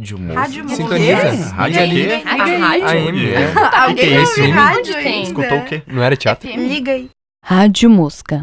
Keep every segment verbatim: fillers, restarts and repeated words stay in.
Rádio Mosca. Rádio Mosca. Sintoniza. Rádio Liga quê? aí. A rádio? A M, é. Alguém Que que é esse ouve M? rádio Onde tem? ainda? Escutou o quê? Não era teatro? Liga aí. Rádio Mosca.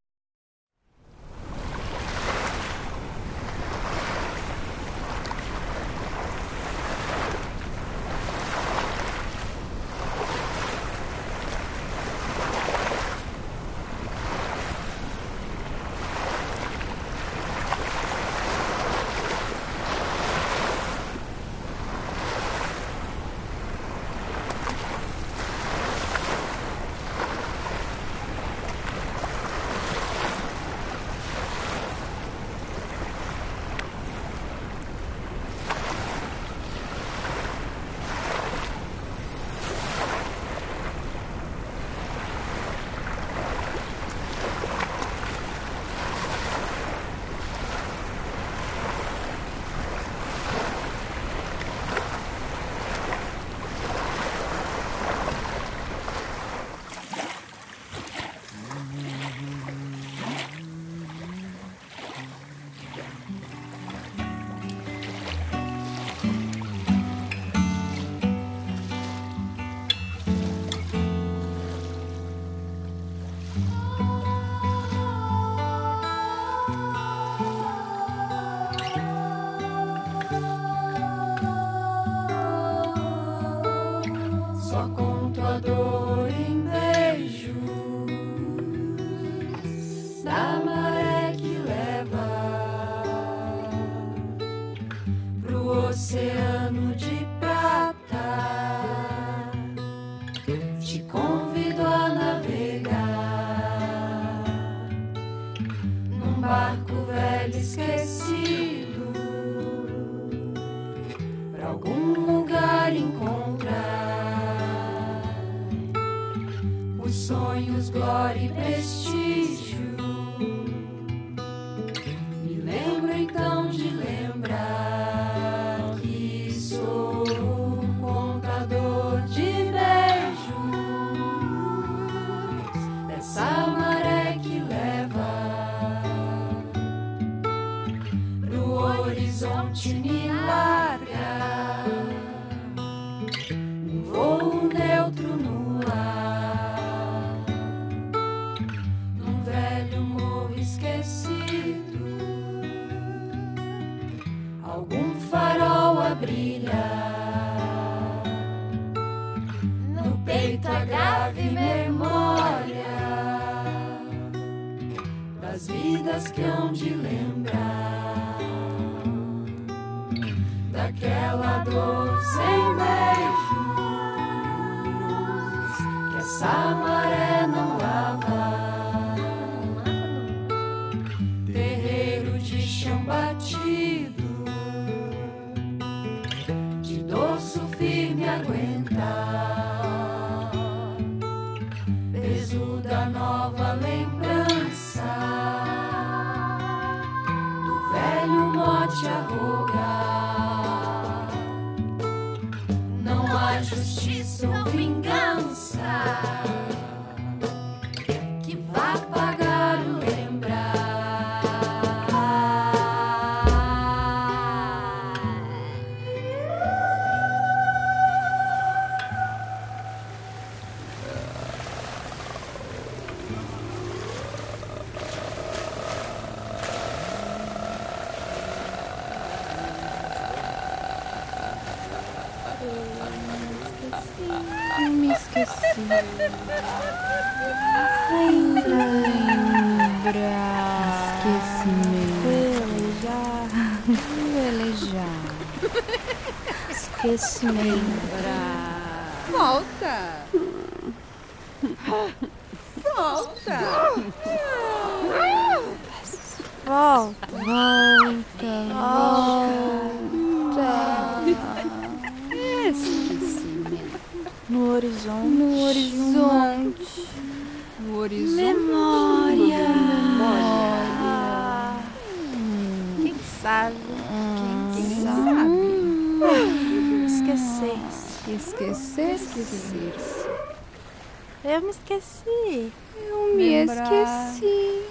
Só conto a dor em beijos da maré que leva pro oceano de prata. Te convido a navegar num barco velho esquecido pra algum lugar encontrar os sonhos, glória e prestígio. Me lembro então de lembrar que sou um contador de beijos dessa maré que leva pro horizonte, me larga um voo neutro no ar, num velho morro esquecido, algum farol a brilhar, no peito a grave memória das vidas que hão de lembrar, daquela dor sem beijos que essa maré não lava. Terreiro de chão batido, de dorso firme aguentar, peso da nova lembrança, do velho mote a rogar. Não há justiça ou vingança que vá pagar o lembrar. Eu me esqueci. Lembra, lembra. Esquecimento. Velejar. Velejar. Esquecimento. Volta! Volta! Volta. Volta. Volta. Esquecimento. No horizonte. No horizonte. No horizonte. Memória. Memória. Quem sabe? Quem sabe? Esquecer. Esquecer, esquecer. Eu me esqueci. Eu me Lembrar. esqueci.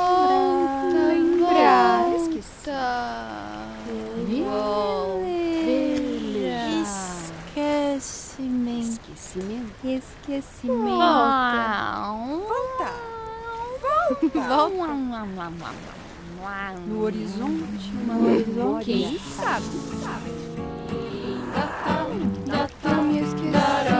Lembrar. Lembrar. Volta. Esqueci. Volta. esquecimento. Volta. Volta. No horizonte, uma memória. Quem sabe? Não me esqueci.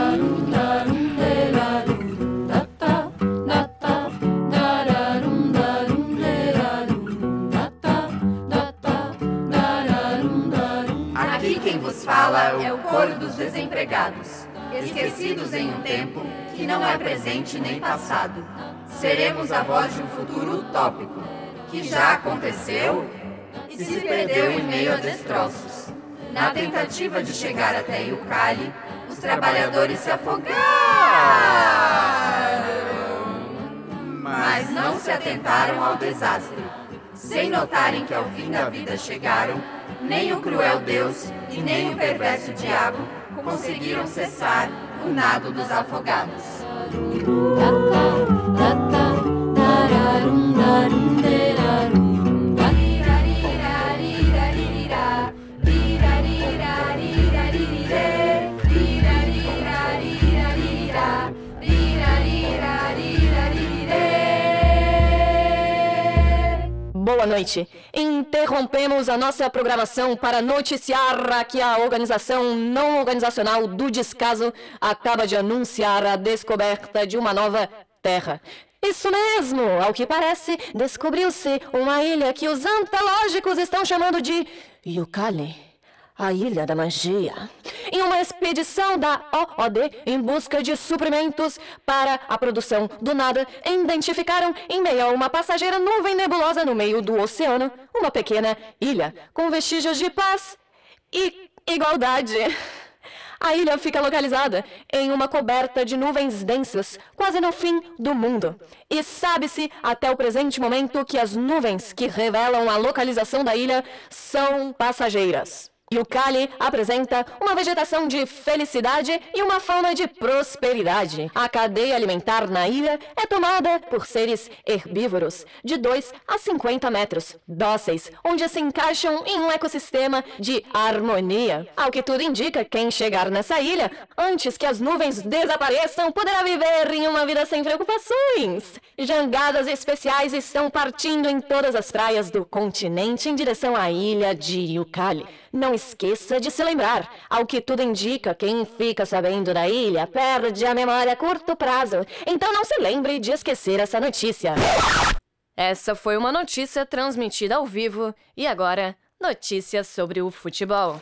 Aqui quem vos fala é o coro dos desempregados, esquecidos em um tempo que não é presente nem passado. Seremos a voz de um futuro utópico, que já aconteceu e se perdeu em meio a destroços. Na tentativa de chegar até Ucali, os trabalhadores se afogaram, mas não se atentaram ao desastre. Sem notarem que ao fim da vida chegaram, nem o cruel Deus e nem o perverso diabo conseguiram cessar o nado dos afogados. Boa noite. Interrompemos a nossa programação para noticiar que a organização não organizacional do descaso acaba de anunciar a descoberta de uma nova terra. Isso mesmo! Ao que parece, descobriu-se uma ilha que os antológicos estão chamando de Ucali, a Ilha da Magia. Em uma expedição da O O D em busca de suprimentos para a produção do nada, identificaram em meio a uma passageira nuvem nebulosa no meio do oceano uma pequena ilha com vestígios de paz e igualdade. A ilha fica localizada em uma coberta de nuvens densas, quase no fim do mundo. E sabe-se até o presente momento que as nuvens que revelam a localização da ilha são passageiras. Ucali apresenta uma vegetação de felicidade e uma fauna de prosperidade. A cadeia alimentar na ilha é tomada por seres herbívoros de dois a cinquenta metros, dóceis, onde se encaixam em um ecossistema de harmonia. Ao que tudo indica, quem chegar nessa ilha, antes que as nuvens desapareçam, poderá viver em uma vida sem preocupações. Jangadas especiais estão partindo em todas as praias do continente em direção à ilha de Ucali. Não esqueça de se lembrar. Ao que tudo indica, quem fica sabendo da ilha perde a memória a curto prazo. Então não se lembre de esquecer essa notícia. Essa foi uma notícia transmitida ao vivo. E agora, notícias sobre o futebol.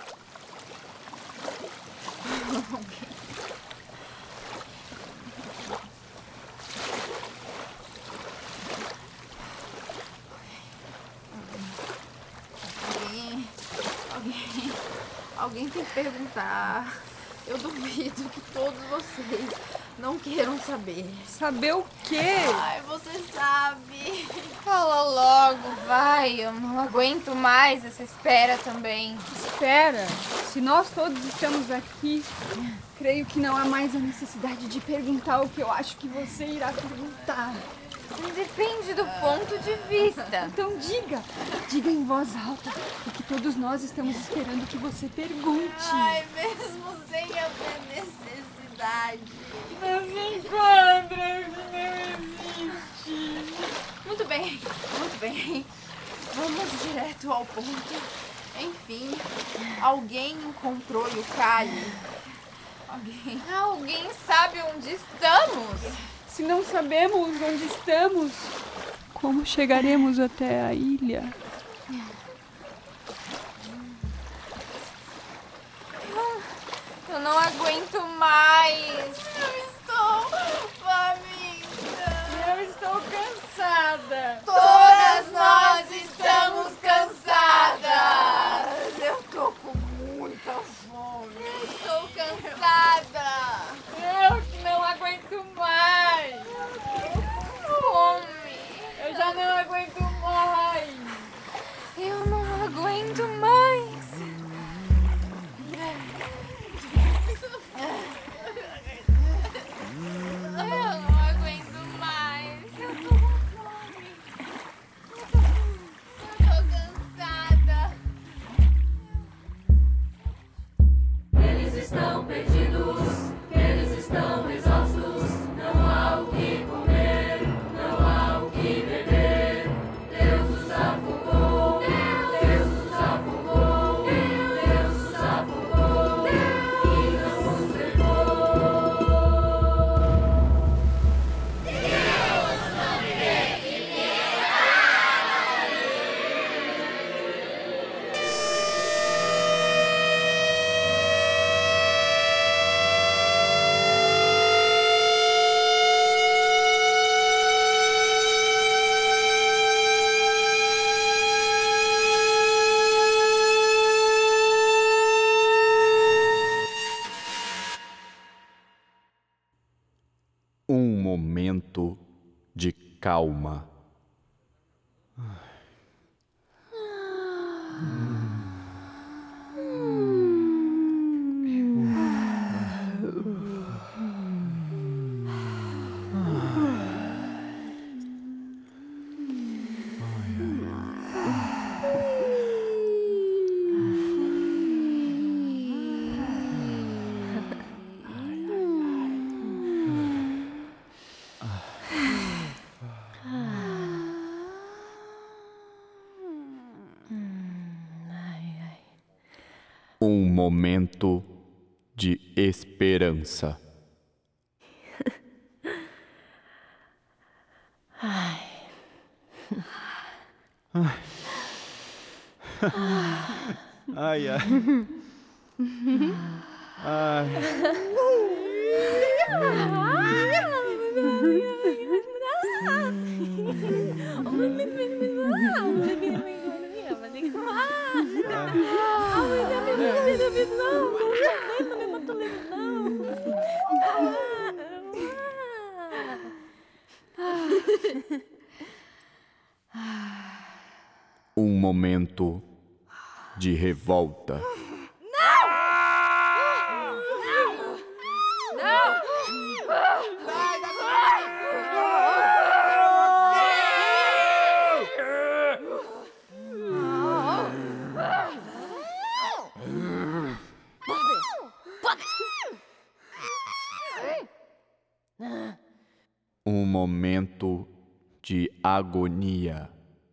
Alguém, alguém tem que perguntar. Eu duvido que todos vocês não queiram saber. Saber o quê? Ai, você sabe. Fala logo, vai. Eu não aguento mais essa espera também. Espera, se nós todos estamos aqui, creio que não há mais a necessidade de perguntar o que eu acho que você irá perguntar. Depende do ponto de vista. Então diga, diga em voz alta o que todos nós estamos esperando que você pergunte. Ai, mesmo sem eu ter necessidade. Não se encontra que não existe. Muito bem, muito bem. Vamos direto ao ponto. Enfim, alguém encontrou Ucali? Alguém? Alguém sabe onde estamos? Se não sabemos onde estamos, como chegaremos até a ilha? Eu não aguento mais. Eu estou faminta. Eu estou cansada. Todas nós estamos cansadas. Eu tô com muita fome. Eu estou cansada. Eu que não aguento mais. Fome. Eu já não aguento mais. Eu não aguento mais. momento de calma. Um momento de esperança. Ai. Ai. Ai, ai. Ai. Um momento de revolta. Um momento de agonia.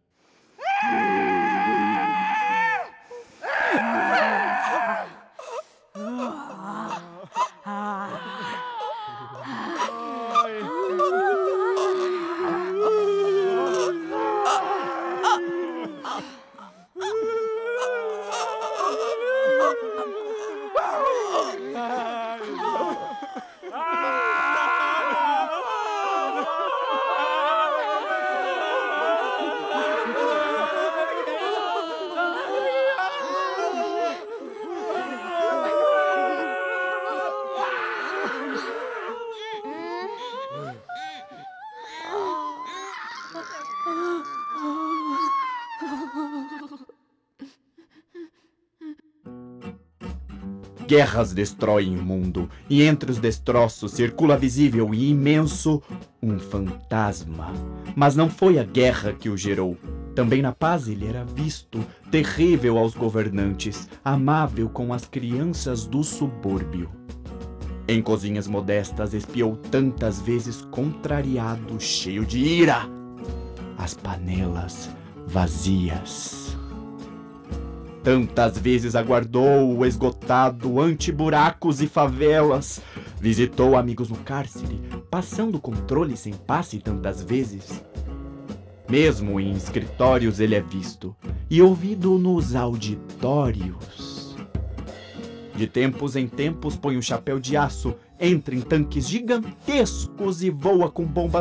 Guerras destroem o mundo, e entre os destroços circula visível e imenso um fantasma. Mas não foi a guerra que o gerou. Também na paz ele era visto, terrível aos governantes, amável com as crianças do subúrbio. Em cozinhas modestas espiou tantas vezes contrariado, cheio de ira, as panelas vazias. Tantas vezes aguardou o esgotado ante buracos e favelas. Visitou amigos no cárcere, passando controle sem passe tantas vezes. Mesmo em escritórios ele é visto e ouvido nos auditórios. De tempos em tempos põe um chapéu de aço, entra em tanques gigantescos e voa com bombas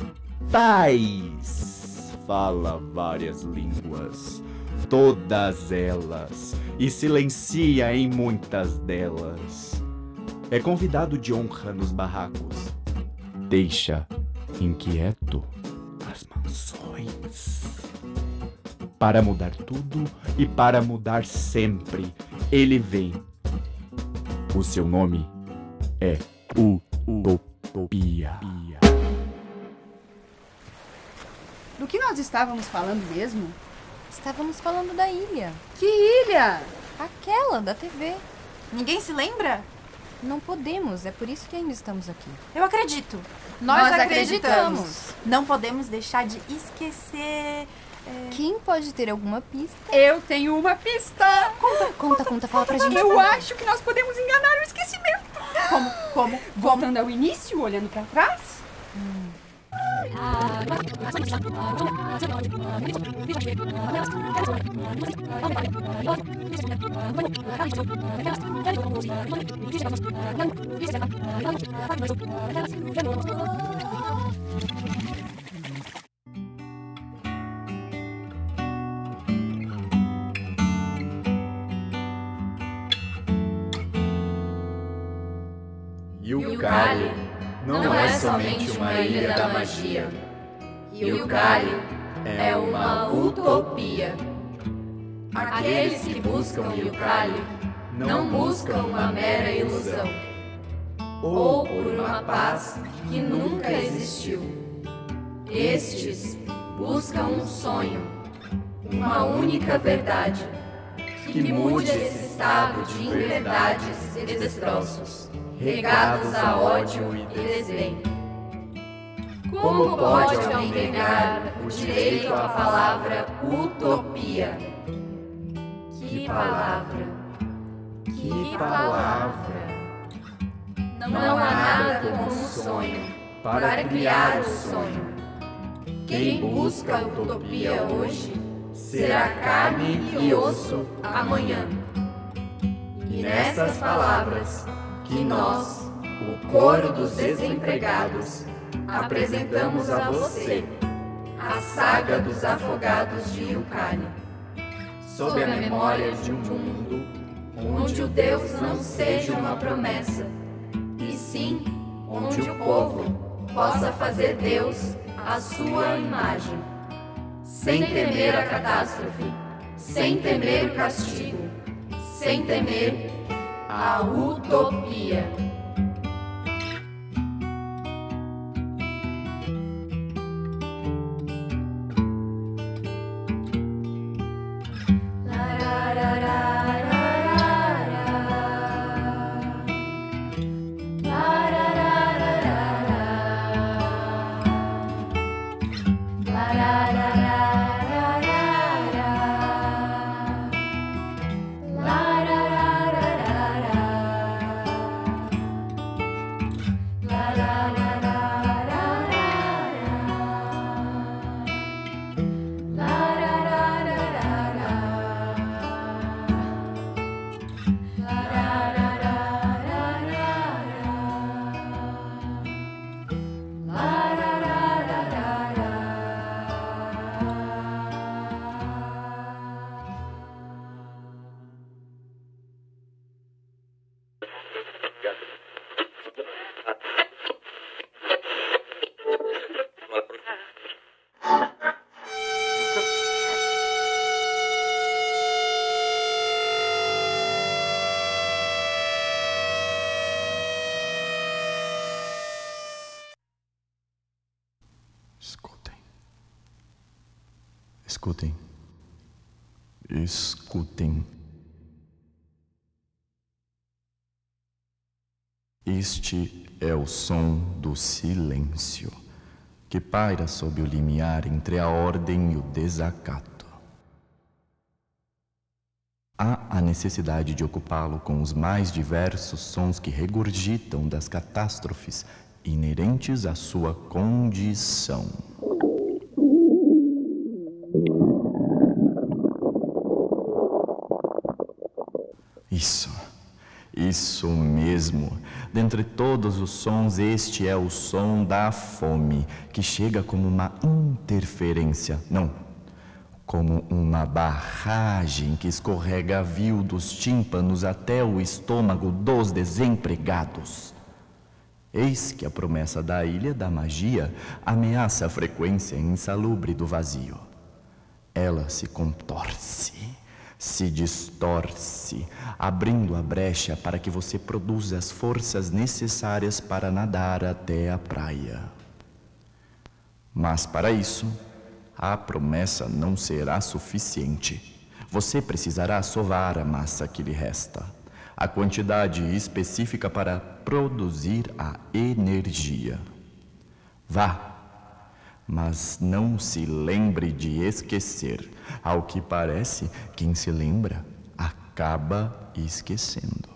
mortais. Fala várias línguas, todas elas, e silencia em muitas delas. É convidado de honra nos barracos, deixa inquieto as mansões. Para mudar tudo e para mudar sempre, ele vem. O seu nome é Utopia. Do que nós estávamos falando mesmo? Estávamos falando da ilha. Que ilha? Aquela da T V. Ninguém se lembra? Não podemos, é por isso que ainda estamos aqui. Eu acredito. Nós, Nós acreditamos. acreditamos. Não podemos deixar de esquecer... É... Quem pode ter alguma pista? Eu tenho uma pista! Conta, conta, conta, fala pra gente. Eu acho que nós podemos enganar o esquecimento. Como? Como? Voltando ao início, olhando pra trás. Hum. Yukari não é somente uma ilha da magia. Yukali é uma utopia. Aqueles que buscam Yukali não buscam uma mera ilusão, ou por uma paz que nunca existiu. Estes buscam um sonho, uma única verdade, que mude esse estado de inverdades e destroços, regados a ódio e desdém. Como pode alguém negar o direito à palavra utopia? Que palavra! Que palavra! Não há nada como um sonho para criar o sonho. Quem busca a utopia hoje será carne e osso amanhã. E nessas palavras que nós, o coro dos desempregados, apresentamos a você a saga dos afogados de Yukali, sob a memória de um mundo onde o Deus não seja uma promessa, e sim onde o povo possa fazer Deus a sua imagem, sem temer a catástrofe, sem temer o castigo, sem temer a utopia. Escutem. Escutem. Este é o som do silêncio, que paira sob o limiar entre a ordem e o desacato. Há a necessidade de ocupá-lo com os mais diversos sons que regurgitam das catástrofes inerentes à sua condição. Isso, isso mesmo. Dentre todos os sons, este é o som da fome, que chega como uma interferência, não, como uma barragem que escorrega a vil dos tímpanos até o estômago dos desempregados. Eis que a promessa da ilha da magia ameaça a frequência insalubre do vazio. Ela se contorce, se distorce, abrindo a brecha para que você produza as forças necessárias para nadar até a praia. Mas para isso, a promessa não será suficiente. Você precisará sovar a massa que lhe resta, a quantidade específica para produzir a energia. Vá, mas não se lembre de esquecer. Ao que parece, quem se lembra acaba esquecendo.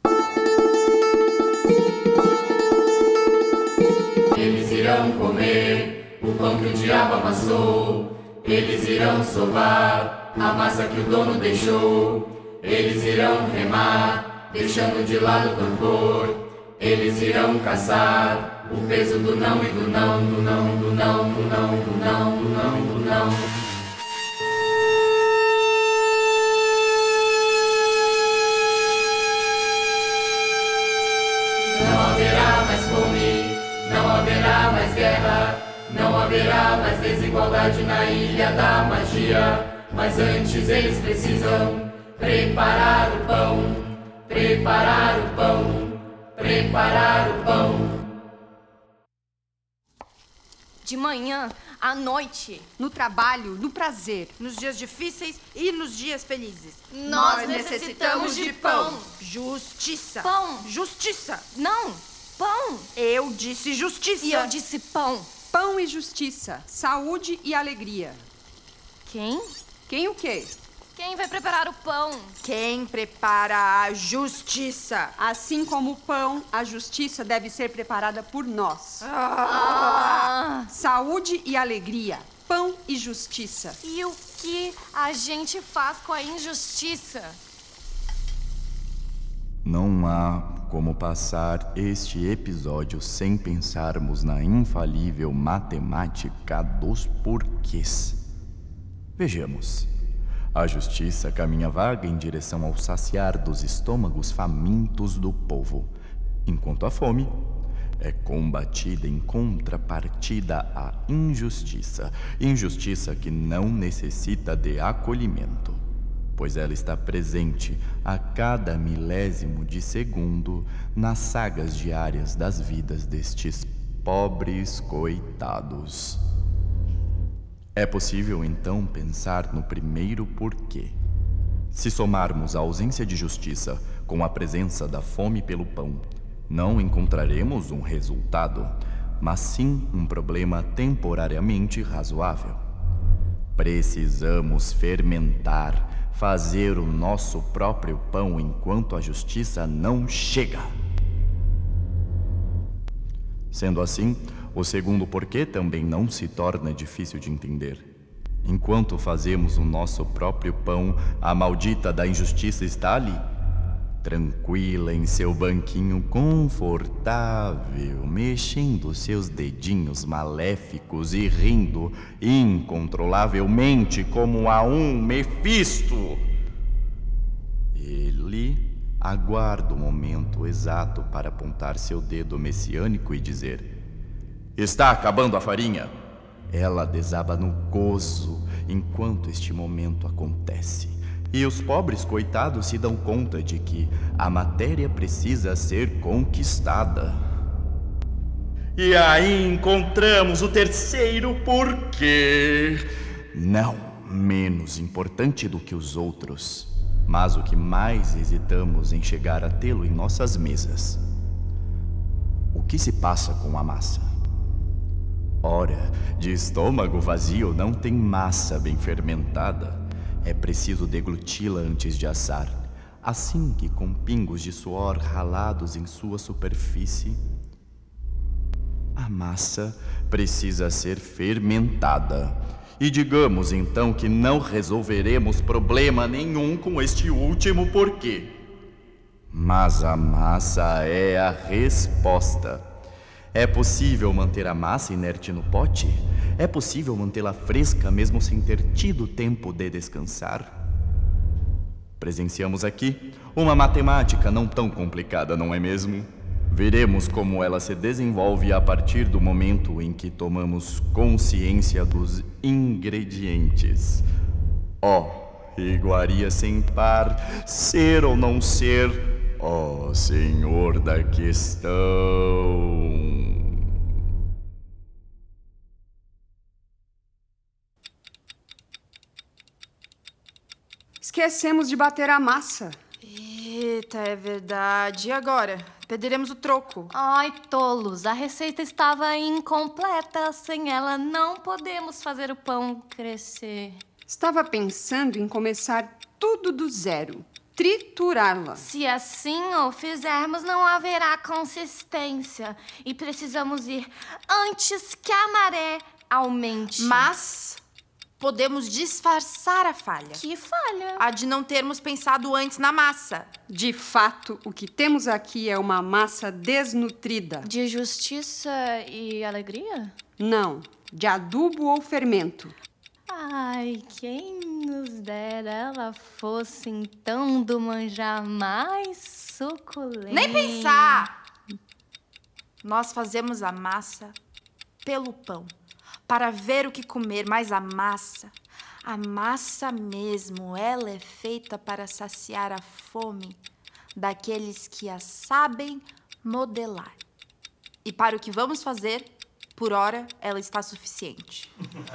Eles irão comer o pão que o diabo amassou. Eles irão sovar a massa que o dono deixou. Eles irão remar, deixando de lado o torpor. Eles irão caçar o peso do não e do não, do não, do não, do não, do não, do não, do não. Não haverá mais fome, Não haverá mais desigualdade na ilha da magia. Mas antes eles precisam preparar o pão, preparar o pão, preparar o pão. De manhã, à noite. No trabalho, no prazer. Nos dias difíceis e nos dias felizes. Nós necessitamos de pão. Justiça. Pão. Justiça. Não, pão. Eu disse justiça. E eu disse pão. Pão e justiça, saúde e alegria. Quem? Quem o quê? Quem vai preparar o pão? Quem prepara a justiça? Assim como o pão, a justiça deve ser preparada por nós. Ah. Saúde e alegria, pão e justiça. E o que a gente faz com a injustiça? Não há como passar este episódio sem pensarmos na infalível matemática dos porquês. Vejamos. A justiça caminha vaga em direção ao saciar dos estômagos famintos do povo, enquanto a fome é combatida em contrapartida à injustiça. Injustiça que não necessita de acolhimento, pois ela está presente a cada milésimo de segundo nas sagas diárias das vidas destes pobres coitados. É possível, então, pensar no primeiro porquê. Se somarmos a ausência de justiça com a presença da fome pelo pão, não encontraremos um resultado, mas sim um problema temporariamente razoável. Precisamos fermentar, fazer o nosso próprio pão enquanto a justiça não chega. Sendo assim, o segundo porquê também não se torna difícil de entender. Enquanto fazemos o nosso próprio pão, a maldita da injustiça está ali, tranquila em seu banquinho confortável, mexendo seus dedinhos maléficos e rindo incontrolavelmente como a um Mefisto. Ele aguarda o momento exato para apontar seu dedo messiânico e dizer: está acabando a farinha. Ela desaba no gozo enquanto este momento acontece. E os pobres coitados se dão conta de que a matéria precisa ser conquistada. E aí encontramos o terceiro porquê. Não menos importante do que os outros, mas o que mais hesitamos em chegar a tê-lo em nossas mesas. O que se passa com a massa? Ora, de estômago vazio não tem massa bem fermentada. É preciso degluti-la antes de assar, assim que com pingos de suor ralados em sua superfície, a massa precisa ser fermentada. E digamos então que não resolveremos problema nenhum com este último porquê. Mas a massa é a resposta. É possível manter a massa inerte no pote? É possível mantê-la fresca mesmo sem ter tido tempo de descansar? Presenciamos aqui uma matemática não tão complicada, não é mesmo? Veremos como ela se desenvolve a partir do momento em que tomamos consciência dos ingredientes. Ó, oh, iguaria sem par, ser ou não ser, ó, oh, senhor da questão. Esquecemos de bater a massa. Eita, é verdade. E agora? Perderemos o troco. Ai, tolos, a receita estava incompleta. Sem ela, não podemos fazer o pão crescer. Estava pensando em começar tudo do zero. Triturá-la. Se assim o fizermos, não haverá consistência. E precisamos ir antes que a maré aumente. Mas podemos disfarçar a falha. Que falha? A de não termos pensado antes na massa. De fato, o que temos aqui é uma massa desnutrida. De justiça e alegria? Não, de adubo ou fermento. Ai, quem nos dera ela fosse então do manjar mais suculento. Nem pensar! Nós fazemos a massa pelo pão. para ver o que comer, mas a massa, a massa mesmo, ela é feita para saciar a fome daqueles que a sabem modelar. E para o que vamos fazer, por hora, ela está suficiente.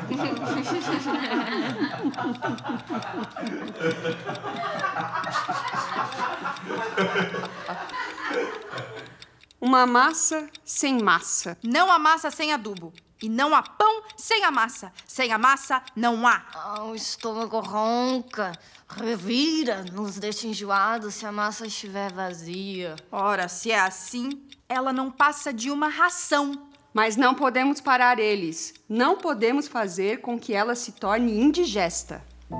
Uma massa sem massa. Não há massa sem adubo. E não há pão sem a massa. Sem a massa, não há. Ah, o estômago ronca. Revira, nos deixa enjoados se a massa estiver vazia. Ora, se é assim, ela não passa de uma ração. Mas não podemos parar eles. Não podemos fazer com que ela se torne indigesta.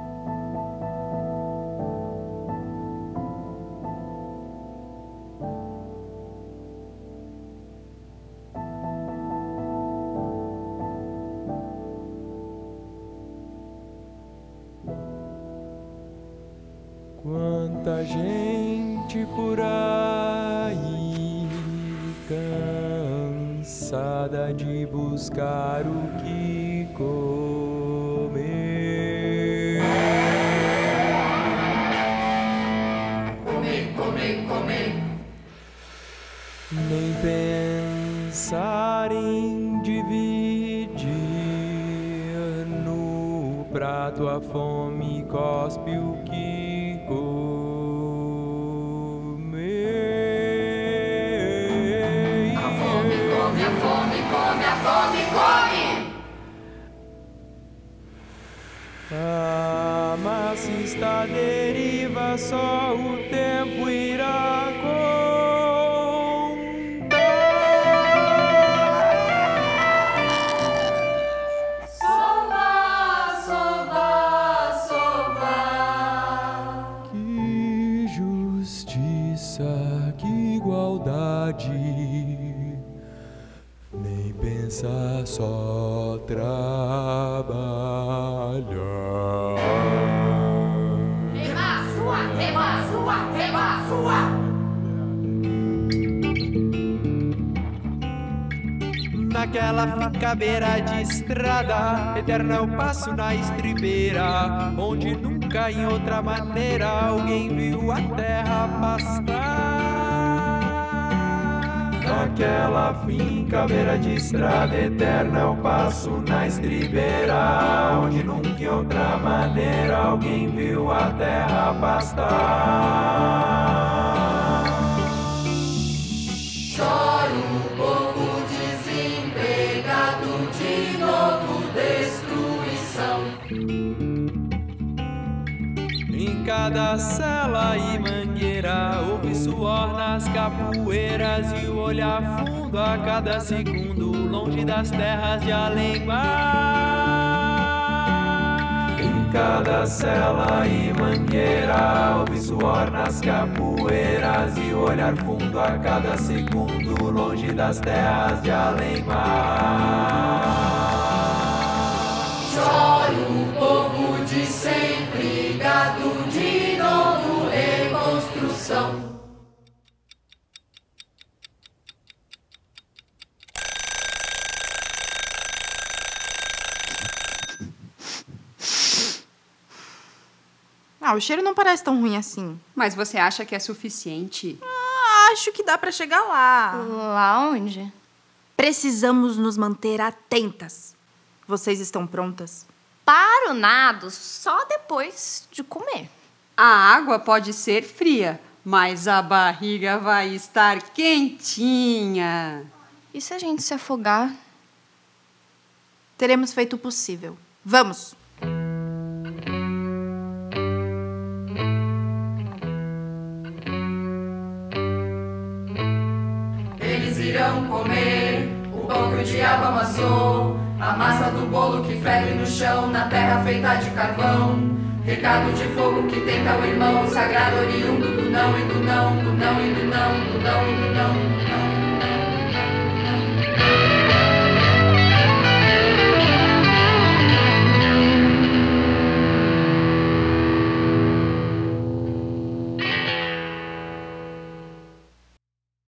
Quanta gente por aí cansada de buscar o que comer. Comer, comer, comer. Nem pensar em dividir no prato a fome cospe o que comer. A fome come, a fome come, a fome come. A massa está à deriva, só o tempo irá contar. Sova, sova, sova. Que justiça, que igualdade. Nem pensar, só trabalhar. Rema sua, rema sua, rema sua. Naquela finca à beira de estrada, eterno é o passo na estribeira, onde nunca em outra maneira alguém viu a terra pastar. Naquela finca à beira de estrada, eterno é o passo na estribeira, onde nunca em outra maneira alguém viu a terra pastar. Chora o povo desempregado, de novo destruição. Em cada cela e mangueira houve suor nas capoeiras e o olhar fundo a cada segundo longe das terras de além-mar. Em cada cela e mangueira houve suor nas capoeiras e o olhar fundo a cada segundo longe das terras de além-mar. Chora o povo de sempre, gado de novo reconstrução. Ah, o cheiro não parece tão ruim assim. Mas você acha que é suficiente? Ah, acho que dá pra chegar lá. Lá onde? Precisamos nos manter atentas. Vocês estão prontas? Para o nado só depois de comer. A água pode ser fria, mas a barriga vai estar quentinha. E se a gente se afogar? Teremos feito o possível. Vamos! Eles irão comer o pão que o diabo amassou, a massa do bolo que ferve no chão, na terra feita de carvão. Recado de fogo que tenta o irmão sagrado oriundo do não e do não, do não e do não, do não e do não, do não e do não.